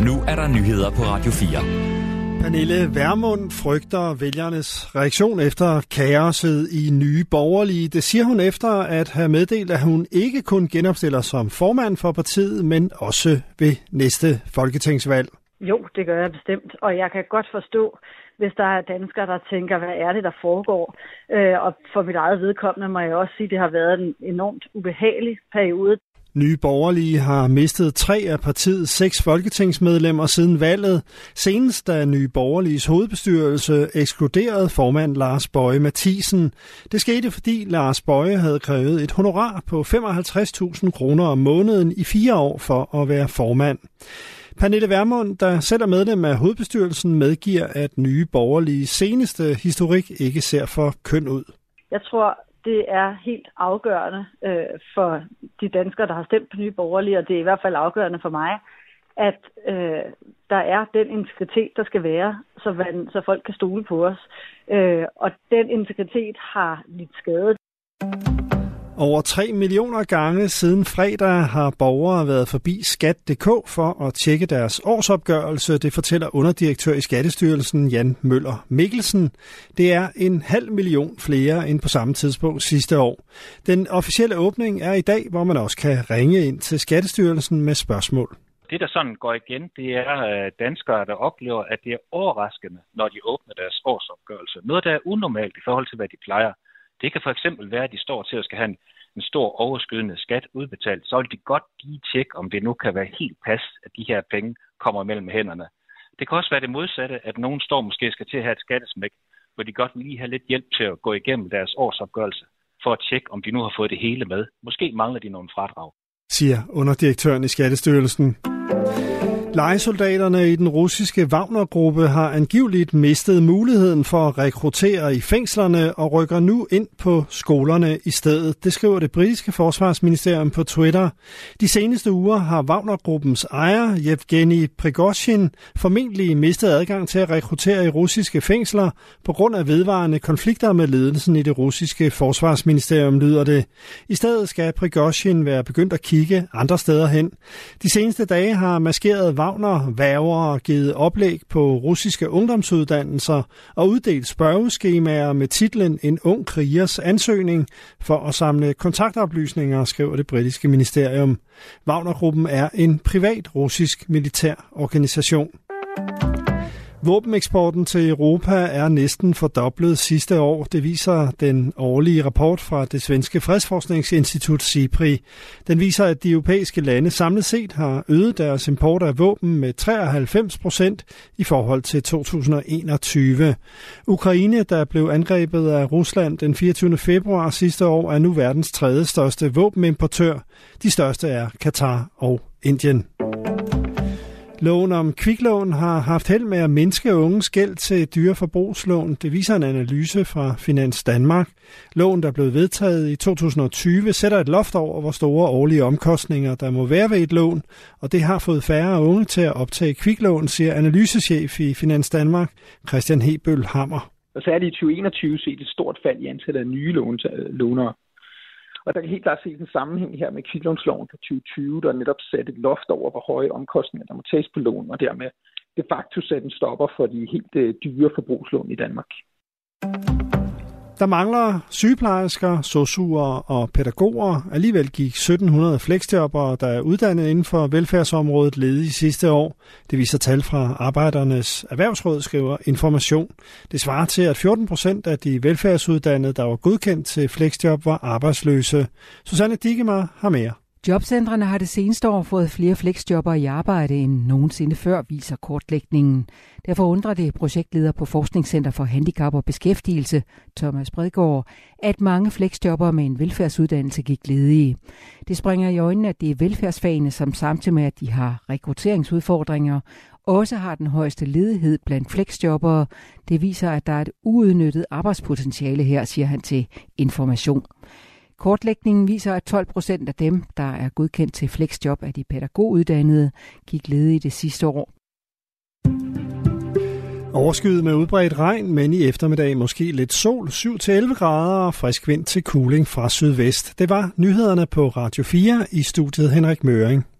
Nu er der nyheder på Radio 4. Pernille Vermund frygter vælgernes reaktion efter kaoset i Nye Borgerlige. Det siger hun efter at have meddelt, at hun ikke kun genopstiller som formand for partiet, men også ved næste folketingsvalg. Jo, det gør jeg bestemt, og jeg kan godt forstå, hvis der er danskere, der tænker, hvad er det, der foregår? Og for mit eget vedkommende må jeg også sige, at det har været en enormt ubehagelig periode. Nye Borgerlige har mistet 3 af partiets 6 folketingsmedlemmer siden valget. Senest da Nye Borgerliges hovedbestyrelse ekskluderede formand Lars Boje Mathiesen. Det skete, fordi Lars Boje havde krævet et honorar på 55.000 kroner om måneden i 4 år for at være formand. Pernille Vermund, der selv er medlem af hovedbestyrelsen, medgiver, at Nye Borgerliges seneste historik ikke ser for køn ud. Jeg tror, det er helt afgørende for de danskere, der har stemt på Nye Borgerlige, og det er i hvert fald afgørende for mig, at der er den integritet, der skal være, så folk kan stole på os. Og den integritet har lidt skade. Over 3 millioner gange siden fredag har borgere været forbi skat.dk for at tjekke deres årsopgørelse. Det fortæller underdirektør i Skattestyrelsen Jan Møller Mikkelsen. Det er 500.000 flere end på samme tidspunkt sidste år. Den officielle åbning er i dag, hvor man også kan ringe ind til Skattestyrelsen med spørgsmål. Det, der sådan går igen, det er danskere, der oplever, at det er overraskende, når de åbner deres årsopgørelse. Noget, der er unormalt i forhold til, hvad de plejer. Det kan for eksempel være, at de står til at skal have en stor overskydende skat udbetalt. Så vil de godt lige tjekke, om det nu kan være helt pas, at de her penge kommer mellem hænderne. Det kan også være det modsatte, at nogen står måske skal til at have et skattesmæk, hvor de godt lige have lidt hjælp til at gå igennem deres årsopgørelse, for at tjekke, om de nu har fået det hele med. Måske mangler de nogle fradrag, siger underdirektøren i Skattestyrelsen. Lejesoldaterne i den russiske Wagner-gruppe har angiveligt mistet muligheden for at rekruttere i fængslerne og rykker nu ind på skolerne i stedet. Det skriver det britiske forsvarsministerium på Twitter. De seneste uger har Wagner-gruppens ejer, Yevgeny Prigozhin, formentlig mistet adgang til at rekruttere i russiske fængsler på grund af vedvarende konflikter med ledelsen i det russiske forsvarsministerium, lyder det. I stedet skal Prigozhin være begyndt at kigge andre steder hen. De seneste dage har maskeret Wagner-værger givet oplæg på russiske ungdomsuddannelser og uddelt spørgeskemaer med titlen En ung krigers ansøgning for at samle kontaktoplysninger, skriver det britiske ministerium. Wagner-gruppen er en privat russisk militær organisation. Våbeneksporten til Europa er næsten fordoblet sidste år. Det viser den årlige rapport fra det svenske fredsforskningsinstitut SIPRI. Den viser, at de europæiske lande samlet set har øget deres import af våben med 93% i forhold til 2021. Ukraine, der blev angrebet af Rusland den 24. februar sidste år, er nu verdens 3. største våbenimportør. De største er Katar og Indien. Loven om kviklån har haft held med at mindske unges gæld til dyre forbrugslån. Det viser en analyse fra Finans Danmark. Loven, der blev vedtaget i 2020, sætter et loft over, hvor store årlige omkostninger der må være ved et lån, og det har fået færre unge til at optage kviklån, siger analysechef i Finans Danmark, Christian Hebøl Hammer. Og så er det i 2021 set et stort fald i antallet af nye lånere. Og der kan helt klart ses en sammenhæng her med kviklånsloven fra 2020, der netop satte et loft over, hvor høje omkostninger der må tages på lån, og dermed de facto sætte en stopper for de helt dyre forbrugslån i Danmark. Der mangler sygeplejersker, sosuer og pædagoger. Alligevel gik 1700 fleksjobbere, der er uddannet inden for velfærdsområdet, ledige sidste år. Det viser tal fra Arbejdernes Erhvervsråd, skriver Information. Det svarer til, at 14% af de velfærdsuddannede, der var godkendt til fleksjob, var arbejdsløse. Susanne Digemar har mere. Jobcentrene har det seneste år fået flere fleksjobber i arbejde end nogensinde før, viser kortlægningen. Derfor undrer det projektleder på Forskningscenter for Handicap og Beskæftigelse, Thomas Bredgaard, at mange fleksjobber med en velfærdsuddannelse gik ledige. Det springer i øjnene, at det er velfærdsfagene, som samtidig med, at de har rekrutteringsudfordringer, også har den højeste ledighed blandt fleksjobbere. Det viser, at der er et uudnyttet arbejdspotentiale her, siger han til Information. Kortlægningen viser, at 12% af dem, der er godkendt til flexjob af de pædagoguddannede, gik ledige det sidste år. Overskyet med udbredt regn, men i eftermiddag måske lidt sol, 7-11 grader og frisk vind til kuling fra sydvest. Det var nyhederne på Radio 4 i studiet Henrik Møring.